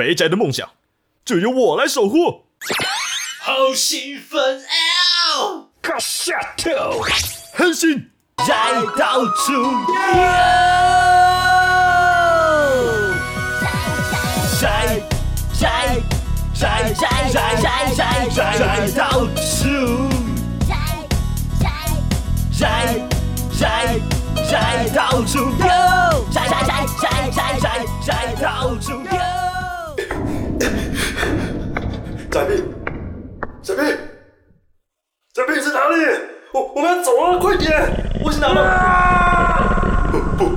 肥宅的梦想就由我来守护。 好兴奋啊！ 卡下头，狠心宅到处宅到处宅到处宅到处宅壁是哪里？我们要走了，快点！我去哪了？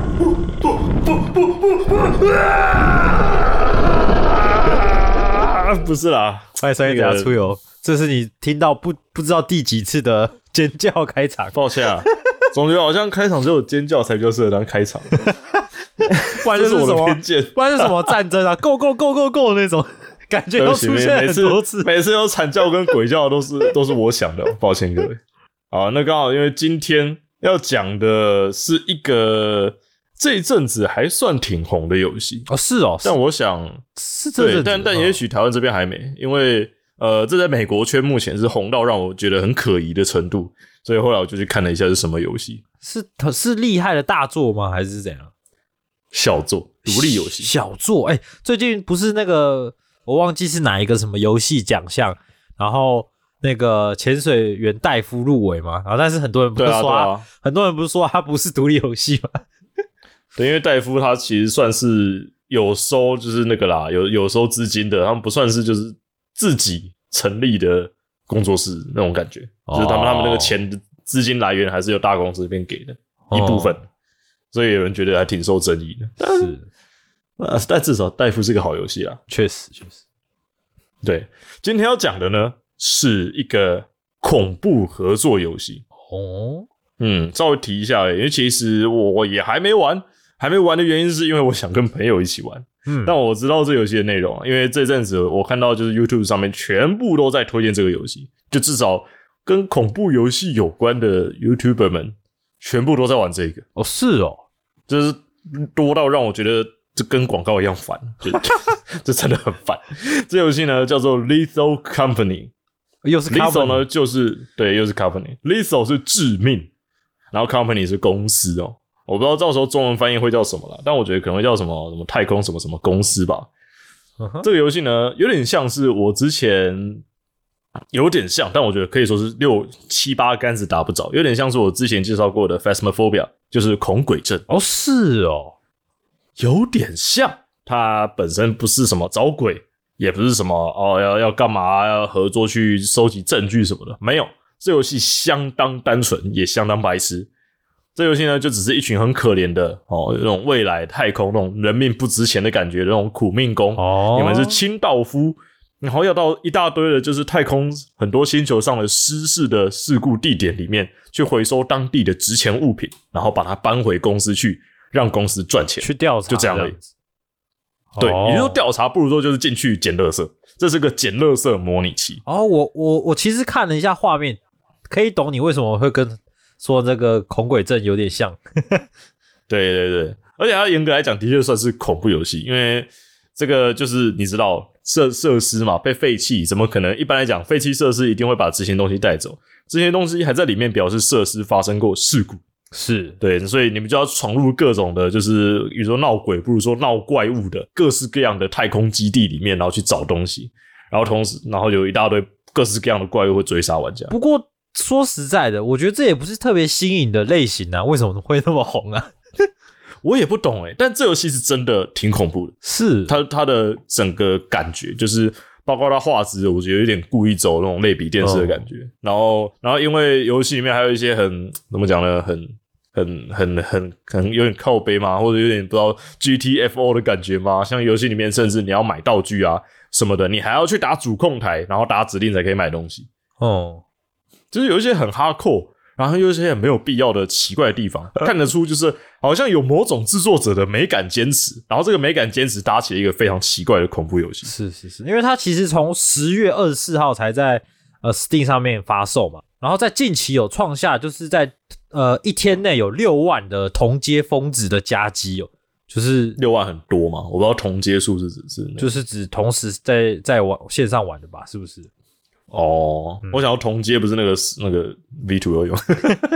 不是啦， 欢迎收听假出游，这是你听到不知道第几次的尖叫开场。 抱歉啊，总觉得好像开场只有尖叫才比较适合当开场， 不然就是我什么的偏见， 不然就是什么战争啊，Go Go Go Go Go 那种感觉都出现很多次， 每次有惨叫跟鬼叫都是我想的，抱歉各位。好，那刚好因为今天要讲的是一个这一阵子还算挺红的游戏哦，是哦， 但我想是这阵子， 但也许台湾这边还没，因为这在美国圈目前是红到让我觉得很可疑的程度，所以后来我就去看了一下是什么游戏， 是厉害的大作吗？还是怎样？ 小作独立游戏， 小作，最近不是那个我忘记是哪一个什么游戏奖项，然后那个潜水员戴夫入围嘛，然后但是很多人不是说很多人不是说他不是独立游戏吗？ 对，因为戴夫他其实算是有收就是那个啦，有收资金的，他们不算是就是自己成立的工作室那种感觉，就是他们那个钱的资金来源还是由大公司这边给的一部分，所以有人觉得还挺受争议的。但至少戴夫是个好游戏啊， 确实。 对，今天要讲的呢是一个恐怖合作游戏哦。 稍微提一下因为其实我也还没玩的原因是因为我想跟朋友一起玩。但我知道这游戏的内容因为这阵子我看到就是 YouTube 上面全部都在推荐这个游戏，就至少跟恐怖游戏有关的 YouTuber 们全部都在玩这个。 哦，是哦， 就是多到让我觉得这跟广告一样烦，这真的很烦。这游戏呢叫做 Lethal Company， 又是 Lethal 呢就是对，又是 Company，Lethal 是致命，然后 Company 是公司哦。我不知道到时候中文翻译会叫什么啦，但我觉得可能会叫什么太空什么什么公司吧。这个游戏呢有点像是我之前有点像，但我觉得可以说是6、7、8竿子打不着，有点像是我之前介绍过的 Phasmophobia， 就是恐鬼症。 哦，是哦， 有点像。它本身不是什么找鬼，也不是什么要干嘛要合作去收集证据什么的，没有。这游戏相当单纯，也相当白痴。这游戏呢，就只是一群很可怜的那种未来太空那种人命不值钱的感觉的那种苦命工。你们是清道夫，然后要到一大堆的就是太空很多星球上的失事的事故地点里面去回收当地的值钱物品，然后把它搬回公司去，让公司赚钱， 去调查， 就这样而已。对，也就是说调查不如说就是进去捡垃圾，这是个捡垃圾模拟器。 我其实看了一下画面，可以懂你为什么会跟说这个恐鬼症有点像。 对，而且它严格来讲的确算是恐怖游戏，因为这个就是你知道设施嘛，被废弃，怎么可能？一般来讲废弃设施一定会把这些东西带走，这些东西还在里面表示设施发生过事故。 是对，所以你们就要闯入各种的就是比如说闹鬼不如说闹怪物的各式各样的太空基地里面，然后去找东西，然后同时有一大堆各式各样的怪物会追杀玩家。 不过说实在的，我觉得这也不是特别新颖的类型啊，为什么会那么红啊？ 我也不懂但这游戏是真的挺恐怖的。是它的整个感觉就是包括它画质，我觉得有点故意走那种类比电视的感觉。然后因为游戏里面还有一些很怎么讲呢，很可能有点靠背嘛，或者有点不知道 GTFO 的感觉嘛。像游戏里面甚至你要买道具啊什么的，你还要去打主控台，然后打指令才可以买东西。就是有一些很hardcore，然后又有一些很没有必要的奇怪的地方，看得出就是好像有某种制作者的美感坚持，然后这个美感坚持搭起了一个非常奇怪的恐怖游戏。 是，因为它其实从10月24号才在Steam 上面发售嘛，然后在近期有创下就是在一天内有6万的同阶峰值的加基就是 6万很多嘛？我不知道同阶数是指就是指同时在玩线上玩的吧？是不是？ 哦，我想要同阶不是那个 V2 游泳。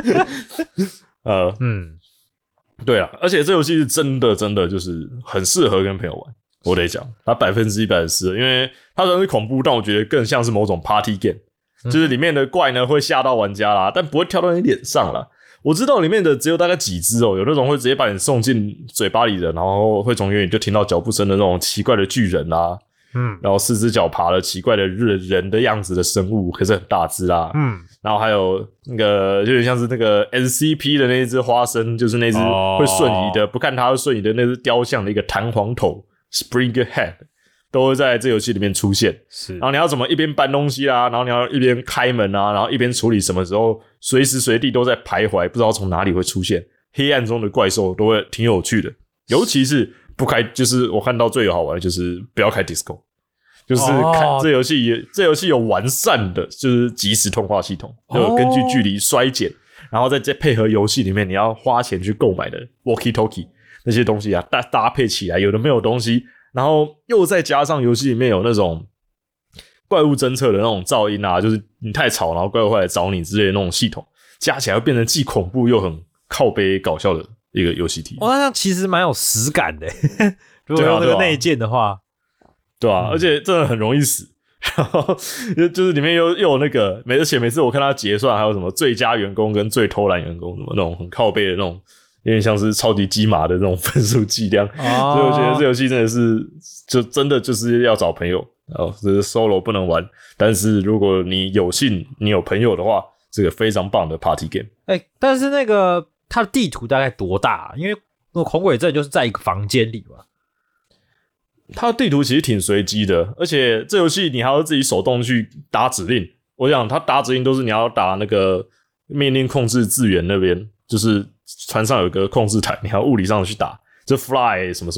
对啊，而且这游戏是真的就是很适合跟朋友玩。我得讲，它100%的适合，因为它虽然是恐怖，但我觉得更像是某种 party game，就是里面的怪呢会吓到玩家啦，但不会跳到你脸上啦。我知道里面的只有大概几只有那种会直接把你送进嘴巴里的，然后会从远远就听到脚步声的那种奇怪的巨人啦，然后4只脚爬的奇怪的人的样子的生物，可是很大只啦，然后还有那个有点像是那个 SCP 的那一只花生，就是那只会瞬移的，不看它会瞬移的那只雕像的一个弹簧头 Spring Head。都会在这游戏里面出现，是。然后你要怎么一边搬东西啊，然后你要一边开门啊，然后一边处理什么时候随时随地都在徘徊，不知道从哪里会出现。黑暗中的怪兽都会挺有趣的，尤其是不开，就是我看到最好玩的就是不要开 Disco， 就是这游戏有完善的就是即时通话系统，就根据距离衰减，然后再配合游戏里面你要花钱去购买的 Walkie Talkie 那些东西啊，搭配起来有的没有东西。然后又再加上游戏里面有那种怪物侦测的那种噪音啊，就是你太吵，然后怪物会来找你之类的那种系统，加起来会变成既恐怖又很靠背搞笑的一个游戏体验。 那样其实蛮有实感的，如果用那个内建的话， 对啊，而且真的很容易死。然后就是里面又有那个，而且每次我看他结算，还有什么最佳员工跟最偷懒员工，什么那种很靠背的那种。有点像是超级鸡马的那种分数计量，所以我觉得这游戏真的是就真的就是要找朋友这是 solo 不能玩，但是如果你有幸你有朋友的话，这个非常棒的 party game。 但是那个它的地图大概多大？因为那个恐鬼镇就是在一个房间里嘛。 它的地图其实挺随机的，而且这游戏你还要自己手动去打指令。我想它打指令都是你要打那个命令控制字元那边，就是船上有一个控制台，你还要物理上去打，就 fly 什么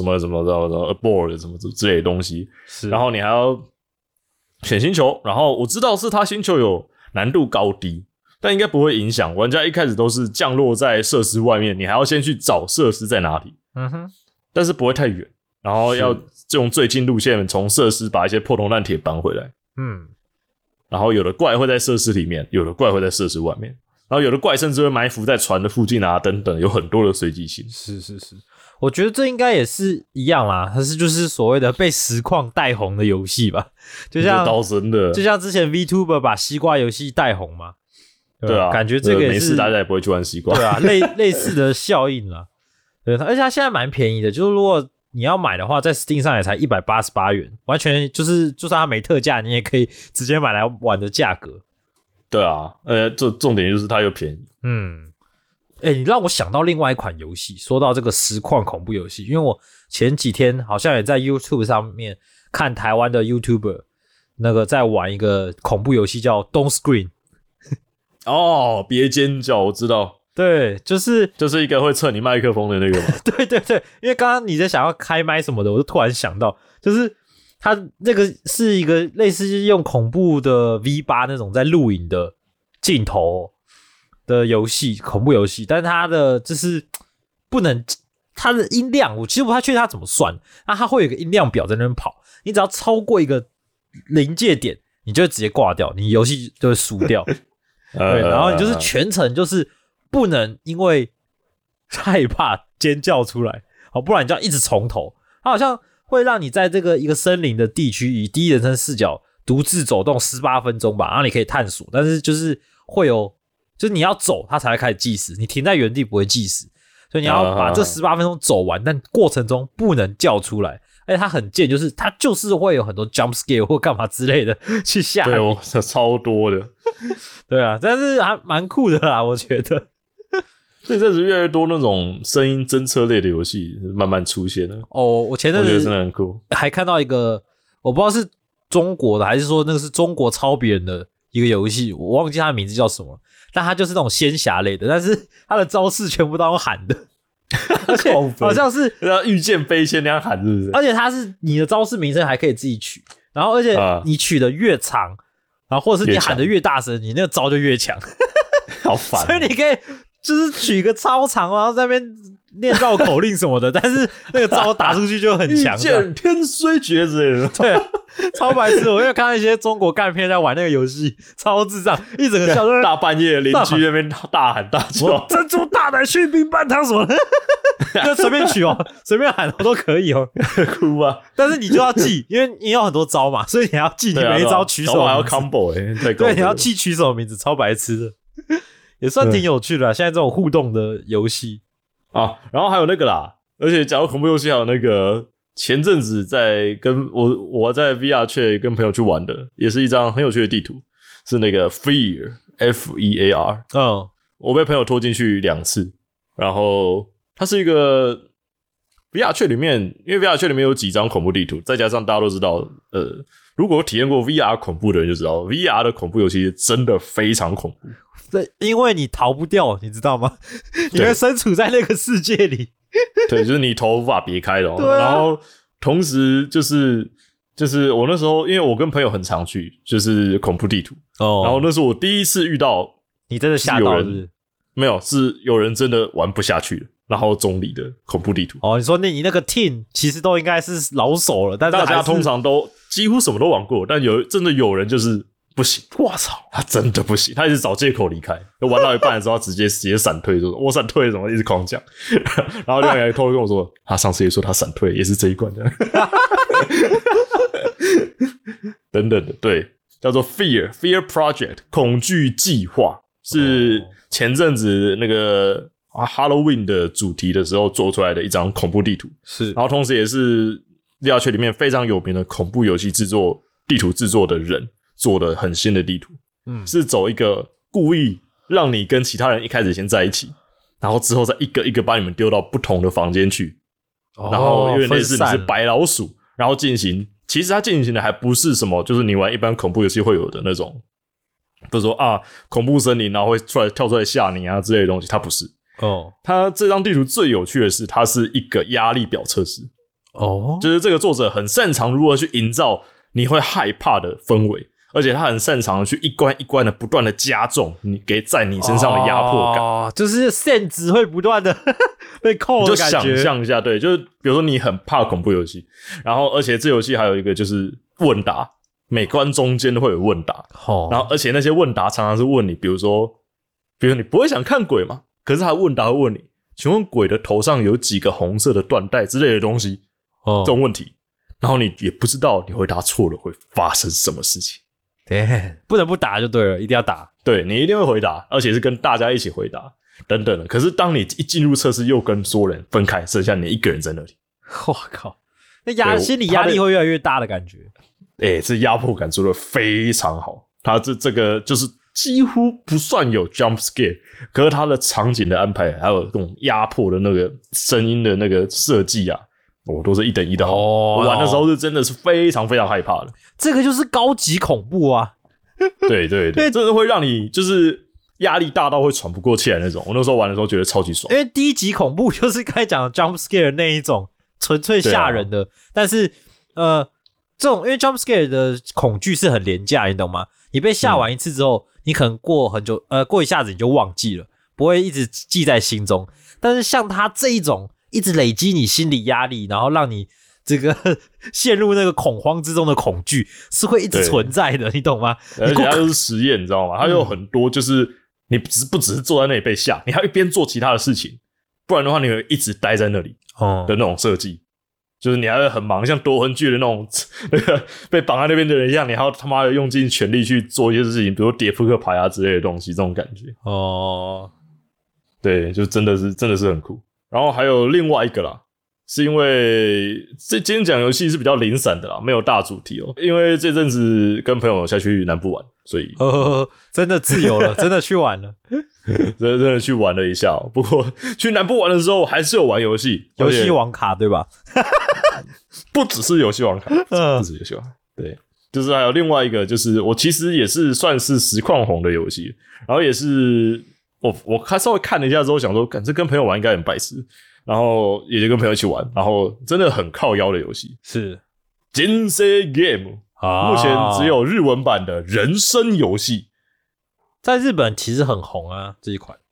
aboard 什么之类的东西，然后你还要选星球，然后我知道是它星球有难度高低，但应该不会影响玩家一开始都是降落在设施外面，你还要先去找设施在哪里，但是不会太远，然后要用最近路线从设施把一些破铜烂铁搬回来，然后有的怪会在设施里面，有的怪会在设施外面。然后有的怪甚至会埋伏在船的附近啊，等等，有很多的随机性。是， 我觉得这应该也是一样啦，它是就是所谓的被实况带红的游戏吧，就像刀真的， 就像之前 VTuber 把西瓜游戏带红嘛， 对啊， 感觉这个也是没事，大家也不会去玩西瓜， 对啊，类似的效应啦。对，而且它现在蛮便宜的，就是如果你要买的话，在 Steam 上也才188元，完全就是就算它没特价，你也可以直接买来玩的价格。 对啊，重点就是它又便宜。 你让我想到另外一款游戏，说到这个实况恐怖游戏，因为我前几天好像也在 YouTube 上面看台湾的 YouTuber 那个在玩一个恐怖游戏叫 Don't Scream。 别尖叫，我知道。 对，就是一个会测你麦克风的那个嘛。 对，因为刚刚你在想要开麦什么的，我就突然想到，就是它那个是一个类似用恐怖的 V8 那种在录影的镜头的游戏，恐怖游戏，但是它的就是不能，它的音量我其实不太确定它怎么算，那它会有一个音量表在那边跑，你只要超过一个临界点，你就会直接挂掉，你游戏就会输掉。对，然后你就是全程就是不能因为害怕尖叫出来，不然你就要一直从头。它好像会让你在这个一个森林的地区以第一人称视角独自走动18分钟吧，然后你可以探索，但是就是会有，就是你要走它才会开始计时，你停在原地不会计时，所以你要把这18分钟走完，但过程中不能叫出来。而且它很贱，就是它就是会有很多 jump scare 或干嘛之类的去吓你。 对，超多的。 对啊，但是还蛮酷的啦，我觉得。 所以这是越来越多那种声音侦测类的游戏慢慢出现了。 我前阵子我觉得真的很酷， 还看到一个我不知道是中国的还是说那个是中国抄别人的一个游戏，我忘记它的名字叫什么，但它就是那种仙侠类的，但是它的招式全部都用喊的。而且好像是御剑飞仙那样喊，是不是？ 而且它是你的招式名称还可以自己取，然后而且你取的越长，然后或者是你喊的越大声，你那个招就越强。 好烦。 所以你可以就是取个超长，然后在那边念绕口令什么的，但是那个招打出去就很强。 遇见天虽绝之类的， 对，超白痴。我因为看到一些中国干片在玩那个游戏，超智障，一整个笑就是大半夜邻居那边大喊大叫， 珍珠大奶续冰半汤什么的，就随便取哦，随便喊我都可以哦， 哭啊！ 但是你就要记，因为你有很多招嘛，所以你还要记你每一招取手名字， 还要 combo 对，你要记取手名字，超白痴的，也算挺有趣的啦。现在这种互动的游戏啊，然后还有那个啦，而且讲到恐怖游戏，还有那个前阵子在跟我在 VR 却跟朋友去玩的，也是一张很有趣的地图，是那个 Fear F-E-A-R， 我被朋友拖进去2次，然后它是一个 VR 却里面，因为 VR 却里面有几张恐怖地图，再加上大家都知道，如果体验过 VR 恐怖的人就知道 ，VR 的恐怖游戏真的非常恐怖。 对，因为你逃不掉，你知道吗？你会身处在那个世界里。 对，就是你头无法别开的哦。 对啊， 然后同时就是我那时候，因为我跟朋友很常去，就是恐怖地图哦。然后那是我第一次遇到， 你真的吓到是不是？ 没有，是有人真的玩不下去了。然后中立的恐怖地图哦，你说你那个 team 其实都应该是老手了，但是大家通常都几乎什么都玩过，但真的有人就是不行， 我操， 他真的不行，他一直找借口离开，玩到一半的时候他直接闪退，就说我闪退什么，一直狂讲，然后另外一个偷偷跟我说，他上次也说他闪退也是这一关的，等等的，对，叫做 Fear Project 恐惧计划，是前阵子那个Halloween 的主题的时候做出来的一张恐怖地图， 是， 然后同时也是 VR 圈里面非常有名的恐怖游戏地图制作的人做的很新的地图，是走一个故意让你跟其他人一开始先在一起，然后之后再一个一个把你们丢到不同的房间去，然后因为类似你是白老鼠，然后其实它进行的还不是什么，就是你玩一般恐怖游戏会有的那种，比如说恐怖森林然后会跳出来吓你之类的东西，它不是。它这张地图最有趣的是，它是一个压力表测试。就是这个作者很擅长如何去营造你会害怕的氛围，而且他很擅长去一关一关的不断的加重你在你身上的压迫感。 就是线值会不断的被扣的感觉。 就想象一下，对，就是比如说你很怕恐怖游戏，然后而且这游戏还有一个就是问答，每关中间都会有问答。然后而且那些问答常常是问你，比如说你不会想看鬼吗？可是他问答会问你，请问鬼的头上有几个红色的缎带之类的东西，这种问题，然后你也不知道你回答错了会发生什么事情。 对，不能不答就对了，一定要答。 对，你一定会回答，而且是跟大家一起回答等等的。可是当你一进入测试，又跟所有人分开，剩下你一个人在那里， 我靠，那心理压力会越来越大的感觉。 这压迫感做得非常好，他这个就是几乎不算有 jump scare， 可是它的场景的安排，还有这种压迫的那个声音的那个设计都是一等一的好。我玩的时候是真的是非常非常害怕的。 这个就是高级恐怖啊！ 对对对，真的会让你就是压力大到会喘不过气来那种。我那时候玩的时候觉得超级爽， 因为第一级恐怖就是刚才讲的 jump scare 那一种纯粹吓人的，但是这种因为 jump scare 的恐惧是很廉价，你懂吗？你被吓完一次之后，你可能过很久，过一下子你就忘记了，不会一直记在心中。但是像他这一种一直累积你心理压力，然后让你这个陷入那个恐慌之中的恐惧，是会一直存在的，你懂吗？ 而且它就是实验，你知道吗？它有很多就是你不只是坐在那里被吓，你还要一边做其他的事情，不然的话你会一直待在那里的那种设计。就是你还会很忙，像夺魂锯的那种那个被绑在那边的人一样，你还要他妈的用尽全力去做一些事情，比如叠扑克牌之类的东西，这种感觉。对，就真的是很酷。然后还有另外一个啦，是因为今天讲游戏是比较零散的啦，没有大主题因为这阵子跟朋友下去南部玩，所以真的自由了，真的去玩了。 真的去玩了一下不过去南部玩的时候还是有玩游戏王卡对吧？ 不只是游戏王卡，不止游戏王卡，对，就是还有另外一个，就是我其实也是算是实况红的游戏，然后也是我稍微看了一下之后想说，这跟朋友玩应该很白痴，然后也就跟朋友一起玩，然后真的很靠腰的游戏是 Jinsei Game，目前只有日文版的人生游戏。 在日本其实很红啊，这一款。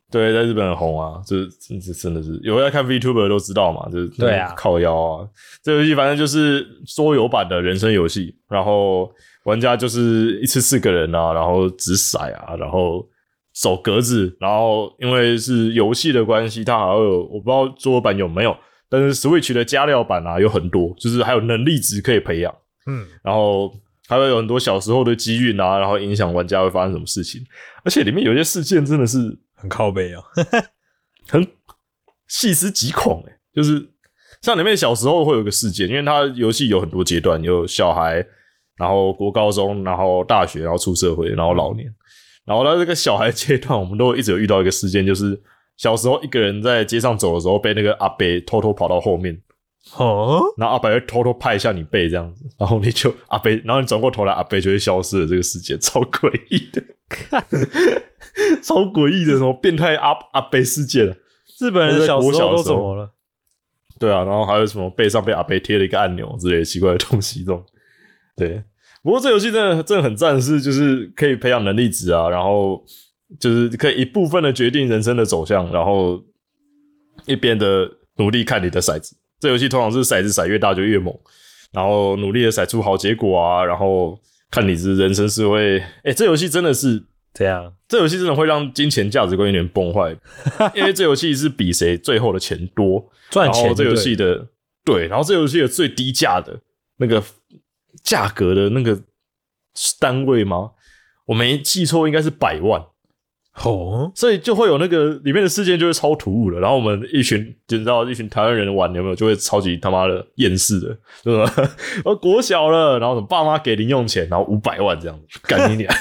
对，在日本很红啊，这真的是有在看 VTuber 都知道嘛，就是对啊， 靠腰啊。这游戏反正就是桌游版的人生游戏，然后玩家就是一次4个人啊，然后掷骰啊，然后走格子，然后因为是游戏的关系，它还有我不知道桌游版有没有，但是 Switch 的加料版啊有很多，就是还有能力值可以培养，然后还会有很多小时候的机运啊，然后影响玩家会发生什么事情，而且里面有些事件真的是很靠北哦， 很细思极恐就是像里面小时候会有个事件，因为它游戏有很多阶段，有小孩，然后国高中，然后大学，然后出社会，然后老年，然后到这个小孩阶段，我们都一直有遇到一个事件，就是小时候一个人在街上走的时候，被那个阿伯偷偷跑到后面，然后阿伯会偷偷拍一下你背这样子，然后你就阿伯，然后你转过头来，阿伯就会消失了。这个事件超诡异的，超诡异的什么变态阿伯事件啊！ 日本人小时候都怎么了？ 对啊，然后还有什么背上被阿伯贴了一个按钮之类的奇怪的东西，这种对。不过这游戏真的很赞的是，就是可以培养能力值啊，然后就是可以一部分的决定人生的走向，然后一边的努力看你的骰子。这游戏通常是骰子骰越大就越猛，然后努力的骰出好结果啊，然后看你的人生是会，这游戏真的是这样， 这游戏真的会让金钱价值观有点崩坏，因为这游戏是比谁最后的钱多， 赚钱。 然后这游戏的对，然后这游戏的最低价的那个价格的那个单位吗？我没记错，应该是100万。所以就会有那个里面的事件就会超突兀的，然后我们一群就知道一群台湾人玩有没有就会超级他妈的厌世的，就是我国小了，然后什么爸妈给零用钱，然后500万这样子，干你娘！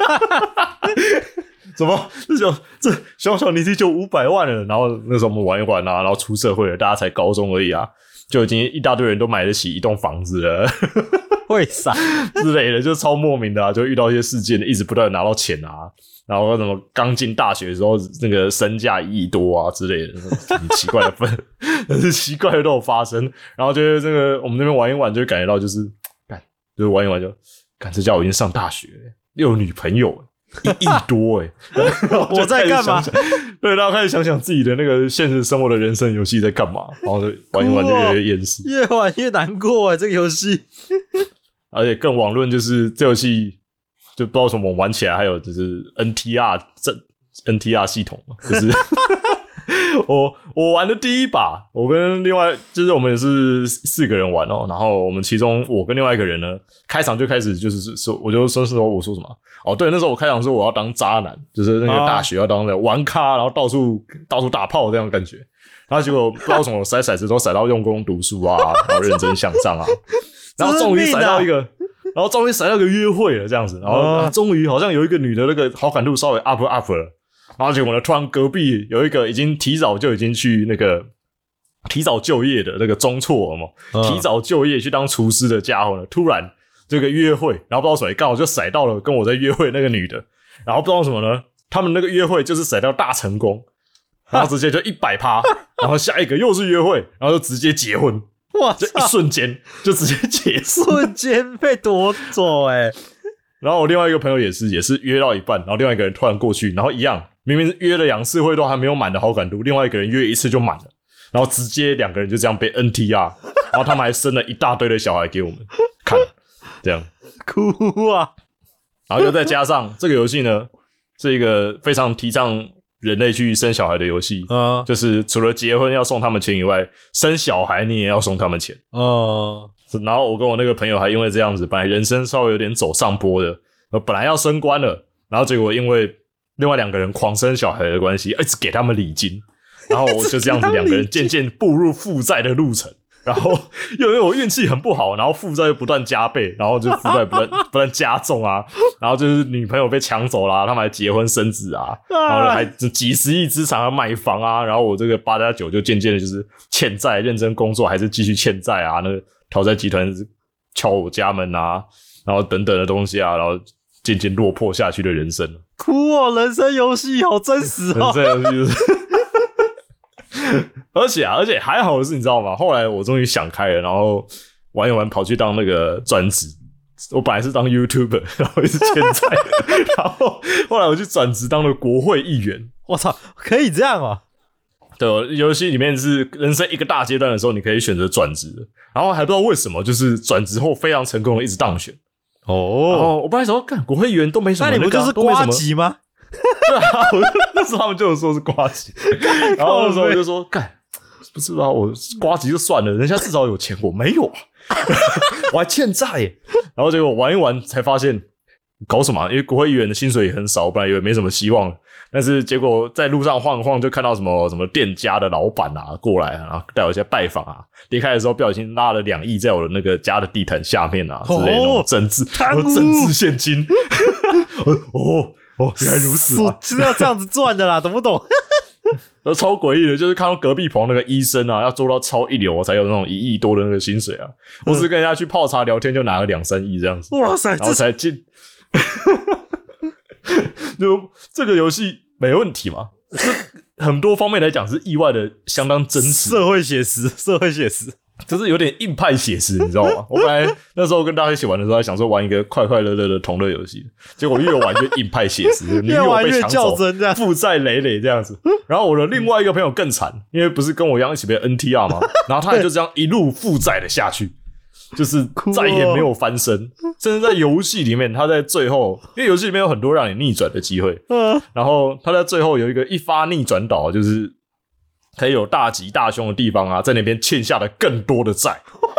怎么这小小年纪就500万了？然后那时候我们玩一玩啊，然后出社会了，大家才高中而已啊，就已经一大堆人都买得起一栋房子了。 为啥之类的，就超莫名的啊，就遇到一些事件，一直不断的拿到钱啊，然后什么刚进大学的时候，那个身价1亿多啊之类的，很奇怪的很是奇怪的都有发生，然后就是这个我们那边玩一玩，就会感觉到就是就是玩一玩就这家伙已经上大学了，又有女朋友了，1亿多我在干嘛？ 对，然后开始想想自己的那个现实生活的人生游戏在干嘛，然后就玩一玩就越来越厌世， 越玩越难过这个游戏。 而且更网论就是这游戏就不知道什么玩起来还有就是 NTR 系统嘛，就是我玩的第一把，我跟另外就是我们也是4个人玩哦，然后我们其中我跟另外一个人呢，开场就开始就是说，我就说我说什么对，那时候我开场说我要当渣男，就是那个大学要当那个玩咖，然后到处打炮这样的感觉，然后结果不知道什么骰骰子都骰到用功读书啊，然后认真向上啊。然后终于甩到一个，约会了这样子，然后终于好像有一个女的那个好感度稍微 up 了，然后结果呢，突然隔壁有一个已经提早去那个提早就业的那个中辍了嘛，提早就业去当厨师的家伙呢，突然这个约会，然后不知道什么刚好就甩到了跟我在约会那个女的，然后不知道什么呢，他们那个约会就是甩到大成功，然后直接就100%，然后下一个又是约会，然后就直接结婚。 哇！ 就一瞬间就直接结束， 瞬间被夺走然后我另外一个朋友也是约到一半，然后另外一个人突然过去，然后一样，明明约了2次会都还没有满的好感度，另外一个人约1次就满了，然后直接2个人就这样被 NTR， 然后他们还生了一大堆的小孩给我们看，这样哭啊！ 然后又再加上这个游戏呢，是一个非常提倡人类去生小孩的游戏，就是除了结婚要送他们钱以外，生小孩你也要送他们钱。然后我跟我那个朋友还因为这样子，本来人生稍微有点走上坡的，本来要升官了，然后结果因为另外2个人狂生小孩的关系，一直给他们礼金，然后我就这样子2个人渐渐步入负债的路程。然后又因为我运气很不好，然后负债又不断加倍，然后就负债不断加重啊，然后就是女朋友被抢走啦，他们还结婚生子啊，然后还几十亿资产要买房啊，然后我这个8+9就渐渐的就是欠债，认真工作还是继续欠债啊，那个讨债集团敲我家门啊，然后等等的东西啊，然后渐渐落魄下去的人生。 哭哦，人生游戏好真实哦， 人生游戏就是而且还好的是，你知道吗？后来我终于想开了，然后玩一玩，跑去当那个专职。我本来是当 YouTuber， 然后一直欠债，然后后来我去转职当了国会议员， 我操，可以这样哦！ 对，游戏里面是人生一个大阶段的时候，你可以选择转职的，然后还不知道为什么，就是转职后非常成功的一直当选。哦，然后我本来想说，干国会议员都没什么、 那你不就是呱吉吗？ 对啊，那时候他们就有说是呱吉，然后那时候我就说，干，不是吧？我呱吉就算了，人家至少有钱，我没有啊，我还欠债耶。然后结果玩一玩才发现，搞什么、啊？因为国会议员的薪水也很少，我本来以为没什么希望。但是结果在路上晃一晃，就看到什么店家的老板啊过来啊，然后带我一些拜访啊。离开的时候，不小心拉了2亿在我的那个家的地毯下面啊之类的那种政治现金。原来如此啊！ 是要这样子赚的啦，懂不懂？ 超诡异的，就是看到隔壁棚那个医生啊，要做到超一流才有那种1亿多的那个薪水啊。我只跟人家去泡茶聊天，就拿了2-3亿这样子。 哇塞， 然后才进。就这个游戏没问题嘛？很多方面来讲是意外的相当真实， 社会写实， 就是有点硬派写实，你知道吗？我本来那时候跟大家一起玩的时候，还想说玩一个快快乐乐的同乐游戏，结果越玩越硬派写实，你越玩越被抢走，负债累累这样子。然后我的另外一个朋友更惨，因为不是跟我一样一起被 NTR 嘛，然后他也就这样一路负债的下去。就是再也没有翻身，甚至在游戏里面，他在最后，因为游戏里面有很多让你逆转的机会，然后他在最后有一发逆转岛，就是可以有大吉大凶的地方啊，在那边欠下了更多的债，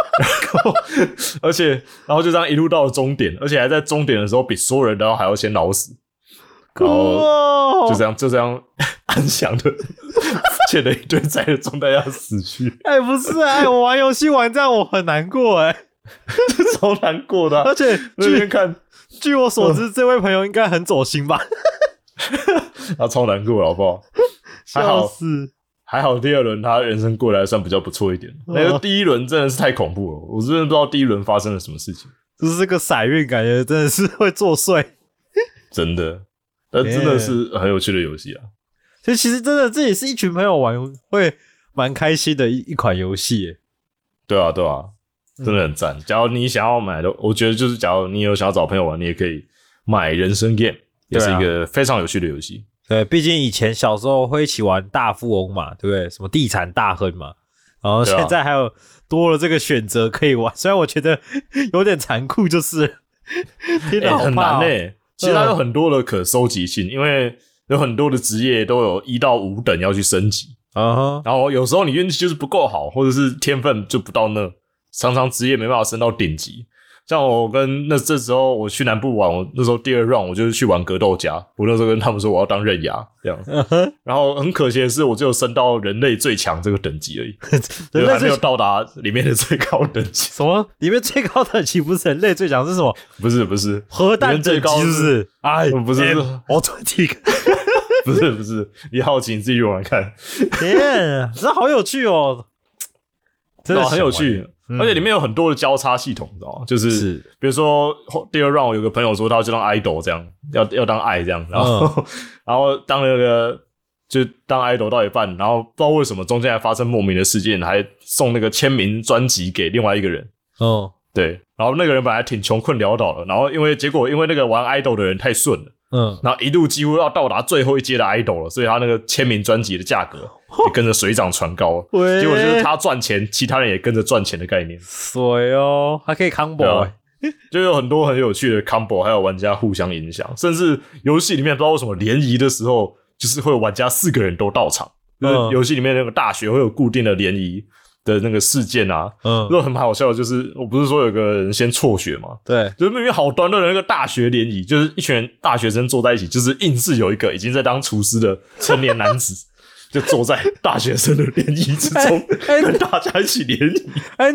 然后就这样一路到了终点，而且还在终点的时候比所有人都还要先老死，然后就这样安详的欠了一堆债的状态要死去。 不是我玩游戏玩这样我很难过超难过的、啊， 而且据我所知，这位朋友应该很走心吧？ 他超难过了，好不好？还好第2轮他人生过得还算比较不错一点。那个第1轮真的是太恐怖了，我真的不知道第1轮发生了什么事情。 就是这个骰运感觉真的是会作祟， 真的，但真的是很有趣的游戏啊。 所以其实真的这也是一群朋友玩会蛮开心的一款游戏耶。 对啊，真的很赞。假如你想要买的，我觉得就是假如你有想要找朋友玩，你也可以买人生 game， 也是一个非常有趣的游戏。 对，毕竟以前小时候会一起玩大富翁嘛，对不对？什么地产大亨嘛，然后现在还有多了这个选择可以玩。虽然我觉得有点残酷，就是听得好怕很难其实它有很多的可收集性，因为有很多的职业都有1到5等要去升级，然后有时候你运气就是不够好，或者是天分就不到那，常常职业没办法升到顶级。像我跟这时候我去南部玩，我那时候第2 round 我就是去玩格斗家，我那时候跟他们说我要当刃牙这样，然后很可惜的是我只有升到人类最强这个等级而已，就还没有到达里面的最高等级。 什么？里面最高等级不是人类最强是什么？ 不是核弹等级是不是？ 不是 automatic 不是，你好奇你自己去玩看。 天，这好有趣哦， 真的很有趣。而且里面有很多的交叉系统，你知道吗？就是比如说第2 round 有个朋友说他要去当 idol 这样，要当爱这样，然后当那个就当 idol 到一半，然后不知道为什么中间还发生莫名的事件，还送那个签名专辑给另外一个人。对，然后那个人本来挺穷困潦倒的，然后结果因为那个玩 idol 的人太顺了。然后一路几乎要到达最后一阶的 idol 了，所以他那个签名专辑的价格也跟着水涨船高。结果就是他赚钱，其他人也跟着赚钱的概念。 水哦，还可以 combo 就有很多很有趣的 combo， 还有玩家互相影响，甚至游戏里面不知道为什么联谊的时候，就是会有玩家4个人都到场。就是游戏里面那个大学会有固定的联谊的那个事件啊，就很好笑的，就是我不是说有个人先辍学嘛， 对， 就是明明好端端的那个大学联谊，就是一群人大学生坐在一起，就是硬是有一个已经在当厨师的成年男子，就坐在大学生的联谊之中，跟大家一起联谊。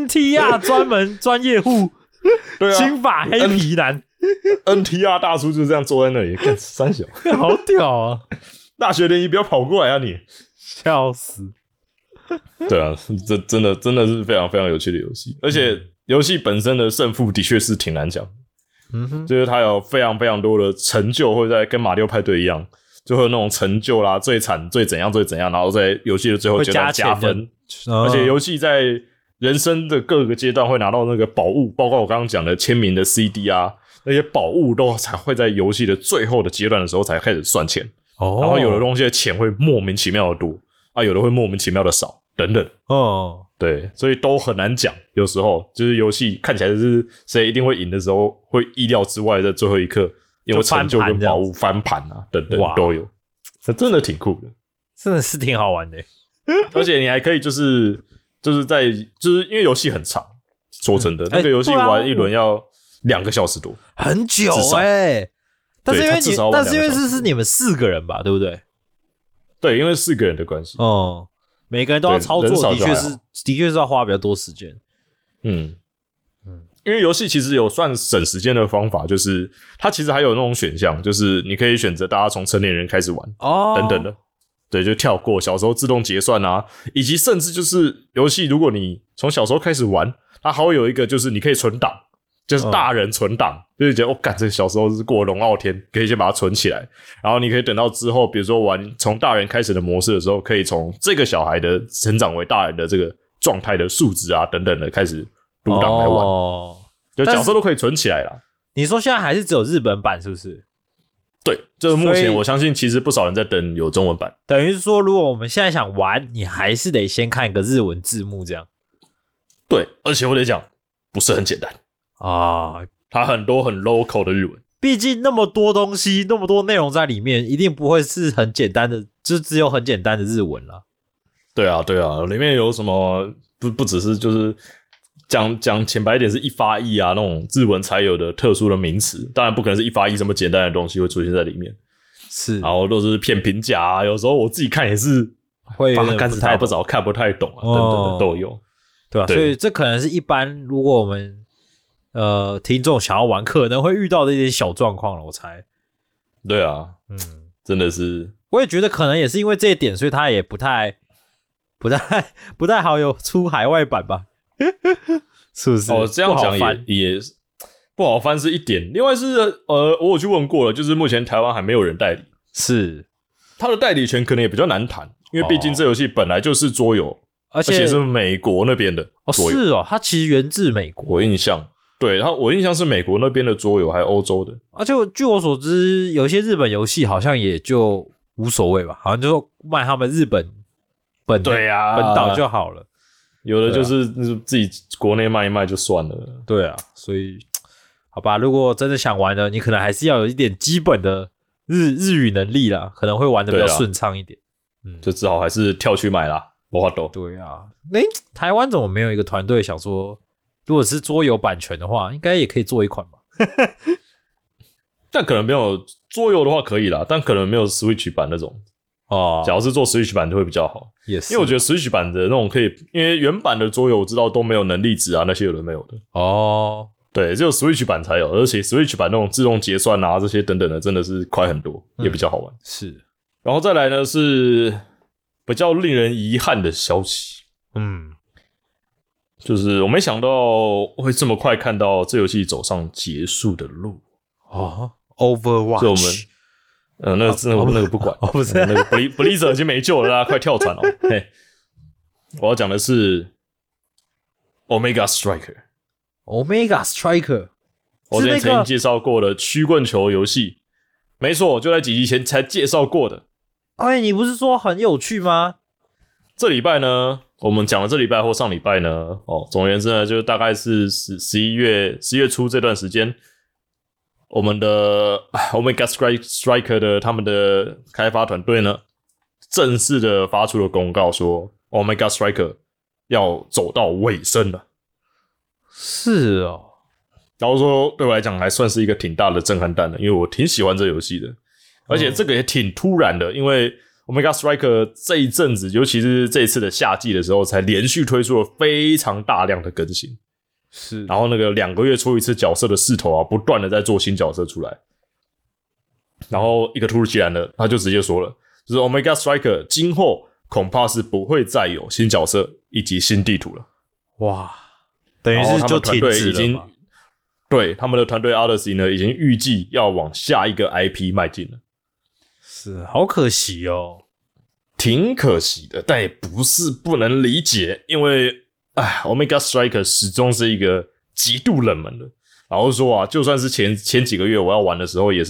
NTR 专业户， 对啊， 金发黑皮男 ，NTR 大叔就这样坐在那里，干三小， 好屌啊！ 大学联谊不要跑过来啊你， 笑死。 对啊，这真的是非常非常有趣的游戏，而且游戏本身的胜负的确是挺难讲，就是它有非常非常多的成就，会在跟马里奥派对一样，就会有那种成就啦，最惨最怎样，然后在游戏的最后阶段加分，而且游戏在人生的各个阶段会拿到那个宝物，包括我刚刚讲的签名的 CD 啊，那些宝物都才会在游戏的最后的阶段的时候才开始算钱。 然后有的东西的钱会莫名其妙的多啊，有的会莫名其妙的少等等。对，所以都很难讲。有时候就是游戏看起来是谁一定会赢的时候，会意料之外的最后一刻因为成就跟宝物翻盘啊等等都有，这真的挺酷的， 真的是挺好玩的。 而且你还可以就是因为游戏很长，说真的，那个游戏玩一轮要2个小时多， 很久但是因为是你们4个人吧，对不对？ 对，因为4个人的关系， 每个人都要操作，的确是要花比较多时间。 因为游戏其实有算省时间的方法，就是它其实还有那种选项，就是你可以选择大家从成年人开始玩等等的，对，就跳过小时候自动结算啊，以及甚至就是游戏如果你从小时候开始玩，它还会有一个就是你可以存档。就是大人存档，就是觉得干这个小时候是过龙傲天，可以先把它存起来，然后你可以等到之后，比如说玩从大人开始的模式的时候，可以从这个小孩的成长为大人的这个状态的数值啊等等的开始读档来玩，就角色都可以存起来啦。 你说现在还是只有日本版是不是？ 对，就是目前我相信其实不少人在等有中文版。 等于是说，如果我们现在想玩，你还是得先看一个日文字幕这样。 对，而且我得讲，不是很简单。它很多很 local 的日文， 毕竟那么多东西，那么多内容在里面，一定不会是很简单的，就只有很简单的日文啦。 对啊，里面有什么不只是就是讲浅白一点是一发一啊那种日文才有的特殊的名词，当然不可能是一发一这么简单的东西会出现在里面。是，然后都是骗评价啊，有时候我自己看也是会干死太不着，看不太懂啊，等等的都有， 对吧？所以这可能是一般如果我们听众想要玩可能会遇到的一些小状况了，我猜。 对啊，真的是， 我也觉得可能也是因为这一点，所以他也不太好有出海外版吧？是不是？ 这样讲也不好翻是一点。另外是我有去问过了，就是目前台湾还没有人代理， 是他的代理权可能也比较难谈，因为毕竟这游戏本来就是桌游，而且是美国那边的桌游。 是它其实源自美国， 我印象。对，我印象是美国那边的桌游，还有欧洲的。 而且据我所知，有一些日本游戏好像也就无所谓吧，好像就卖他们日本本岛就好了。 有的就是自己国内卖一卖就算了。 对啊，所以好吧，如果真的想玩的，你可能还是要有一点基本的日语能力啦，可能会玩的比较顺畅一点。 就只好还是跳去买啦，没办法。 对啊，台湾怎么没有一个团队想说？如果是桌游版权的话，应该也可以做一款吧。 但可能没有桌游的话可以啦，但可能没有 Switch 版那种。假如是做 Switch 版就会比较好。 也是， 因为我觉得 Switch 版的那种可以，因为原版的桌游我知道都没有能力值啊，那些有的没有的。对，只有 Switch 版才有，而且 Switch 版那种自动结算啊这些等等的，真的是快很多，也比较好玩。 是， 然后再来呢是比较令人遗憾的消息。就是我没想到会这么快看到这游戏走上结束的路。 Overwatch。 所以我们那个不管， 不是那个 Blizzard 已经没救了啦，快跳船哦。嘿，我要讲的是 Omega Striker。Omega Striker， 我之前曾经介绍过的曲棍球游戏，没错，就在几集前才介绍过的。 你不是说很有趣吗？ 这礼拜呢，我们讲了这礼拜或上礼拜呢，总而言之呢，就大概是11月初这段时间，我们的 Omega Striker 的他们的开发团队呢，正式的发出了公告说 Omega Striker 要走到尾声了。 是然后说对我来讲还算是一个挺大的震撼弹的，因为我挺喜欢这游戏的，而且这个也挺突然的，因为Omega Striker 这一阵子，尤其是这一次的夏季的时候，才连续推出了非常大量的更新。 是， 然后那个2个月出一次角色的势头啊，不断的在做新角色出来。然后一个突如其来的，他就直接说了，就是 Omega Striker 今后恐怕是不会再有新角色以及新地图了。 哇，等于是就停止了嘛。 对，他们的团队 Odyssey 呢，已经预计要往下一个 IP 迈进了。 是，好可惜哦， 挺可惜的，但也不是不能理解，因为Omega Striker 始终是一个极度冷门的。然后说啊，就算是前几个月我要玩的时候，也是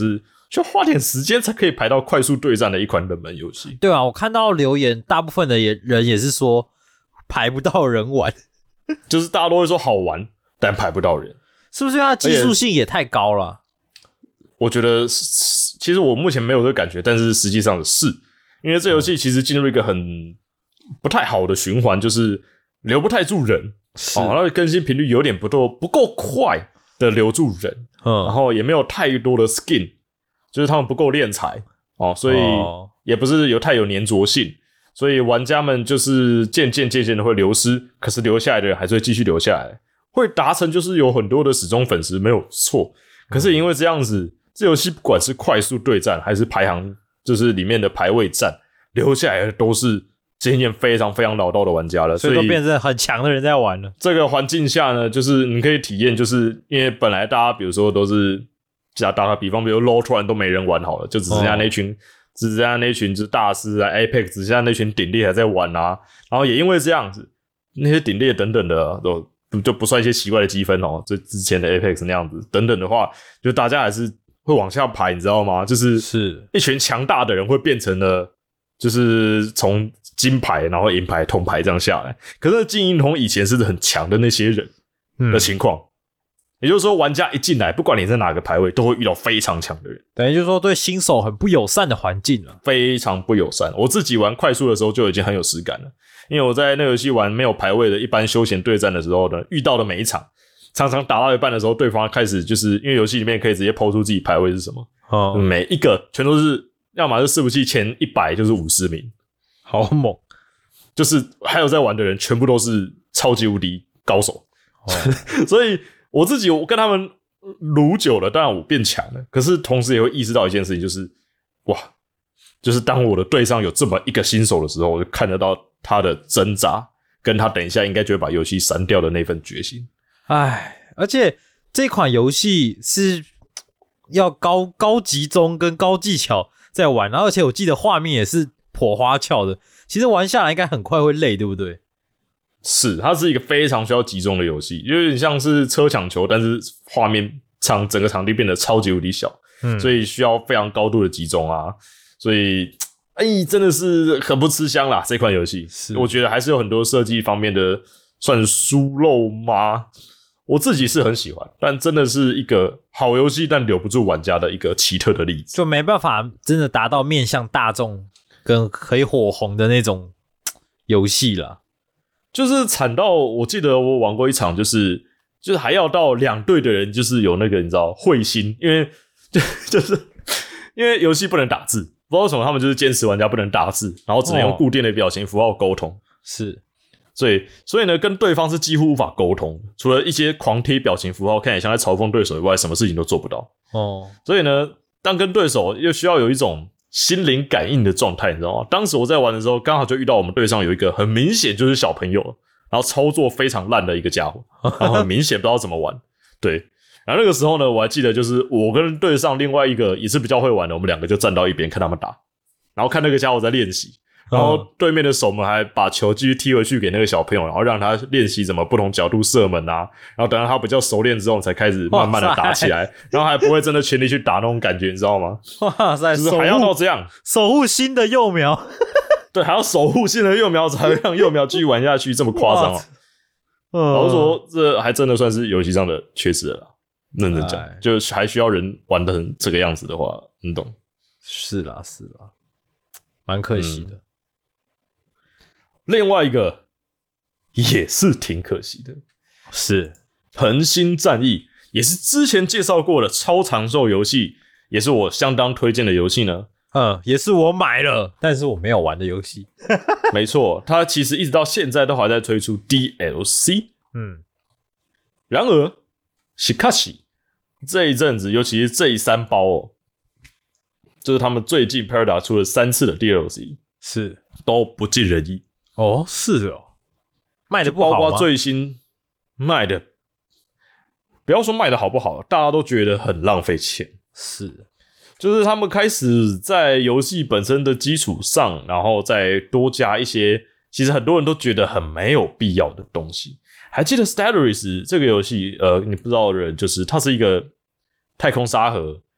需要花点时间才可以排到快速对战的一款冷门游戏。 对啊，我看到留言，大部分的人也是说排不到人玩， 就是大家都会说好玩，但排不到人， 是不是因为它技术性也太高了？ 我觉得其实我目前没有这个感觉，但是实际上是因为这游戏其实进入一个很不太好的循环，就是留不太住人，它的更新频率有点不够快的留住人，然后也没有太多的 skin， 就是他们不够练财所以也不是太有粘着性，所以玩家们就是渐渐的会流失，可是留下来的人还是会继续留下来，会达成就是有很多的始终粉丝没有错，可是因为这样子，这游戏不管是快速对战还是排行，就是里面的排位战，留下来的都是经验非常非常老道的玩家了， 所以都变成很强的人在玩了。 这个环境下呢，就是你可以体验，就是因为本来大家比如说都是打个比方，比如 LoL 突然都没人玩好了，就只剩下那群就是大师啊 Apex， 只剩下那群鼎烈还在玩啊，然后也因为这样子，那些鼎烈等等的就不算一些奇怪的积分就之前的 Apex 那样子等等的话，就大家还是会往下排，你知道吗？就是一群强大的人会变成了，就是从金牌然后银牌铜牌这样下来，可是金银铜以前是很强的那些人的情况，也就是说玩家一进来不管你在哪个排位都会遇到非常强的人， 等于就是说对新手很不友善的环境了， 非常不友善。我自己玩快速的时候就已经很有实感了，因为我在那个游戏玩没有排位的一般休闲对战的时候呢，遇到的每一场常常打到一半的时候，对方开始就是因为游戏里面可以直接抛出自己排位是什么，每一个全都是要么是伺服器前100就是50名， 好猛， 就是还有在玩的人全部都是超级无敌高手，所以我跟他们撸久了，当然我变强了，可是同时也会意识到一件事情，就是哇，就是当我的队上有这么一个新手的时候，我就看得到他的挣扎，跟他等一下应该就会把游戏删掉的那份决心。 而且这款游戏是要高集中跟高技巧在玩，然后而且我记得画面也是颇花俏的，其实玩下来应该很快会累，对不对？ 是，它是一个非常需要集中的游戏，有点像是车抢球，但是画面整个场地变得超级无敌小，所以需要非常高度的集中啊，所以真的是很不吃香啦，这款游戏我觉得还是有很多设计方面的算疏漏吗？我自己是很喜欢，但真的是一个好游戏但留不住玩家的一个奇特的例子， 就没办法真的达到面向大众跟可以火红的那种游戏啦。 就是惨到我记得我玩过一场，就是还要到2队的人就是有那个你知道会心，因为就是因为游戏不能打字，不知道为什么他们就是坚持玩家不能打字，然后只能用固定的表情符号沟通， 是， 所以呢跟对方是几乎无法沟通，除了一些狂贴表情符号看起来像在嘲讽对手以外，什么事情都做不到所以呢当跟对手又需要有一种心灵感应的状态，你知道吗？当时我在玩的时候刚好就遇到我们队上有一个很明显就是小朋友，然后操作非常烂的一个家伙，然后很明显不知道怎么玩对，然后那个时候呢我还记得就是我跟队上另外一个也是比较会玩的，我们2个就站到一边看他们打，然后看那个家伙在练习，然后对面的守门还把球继续踢回去给那个小朋友，然后让他练习怎么不同角度射门啊，然后等到他比较熟练之后才开始慢慢的打起来，然后还不会真的全力去打那种感觉，你知道吗？ 哇塞， 就是还要到这样守护新的幼苗对，还要守护新的幼苗才会让幼苗继续玩下去，这么夸张老实说这还真的算是游戏上的缺失了啦，认真讲就还需要人玩得成这个样子的话，你懂？ 是啦蛮可惜的另外一个也是挺可惜的， 是恒星战役，也是之前介绍过的超长寿游戏，也是我相当推荐的游戏呢。 也是我买了但是我没有玩的游戏没错，它其实一直到现在都还在推出 DLC。然而しかし这一阵子，尤其是这3包就是他们最近 Peridot 出了3次的 DLC， 是都不尽人意。 是卖的不好吗？ 包括最新卖的，不要说卖的好不好，大家都觉得很浪费钱。 是， 就是他们开始在游戏本身的基础上，然后再多加一些其实很多人都觉得很没有必要的东西。还记得 Stellaris 这个游戏，你不知道的人就是它是一个太空沙盒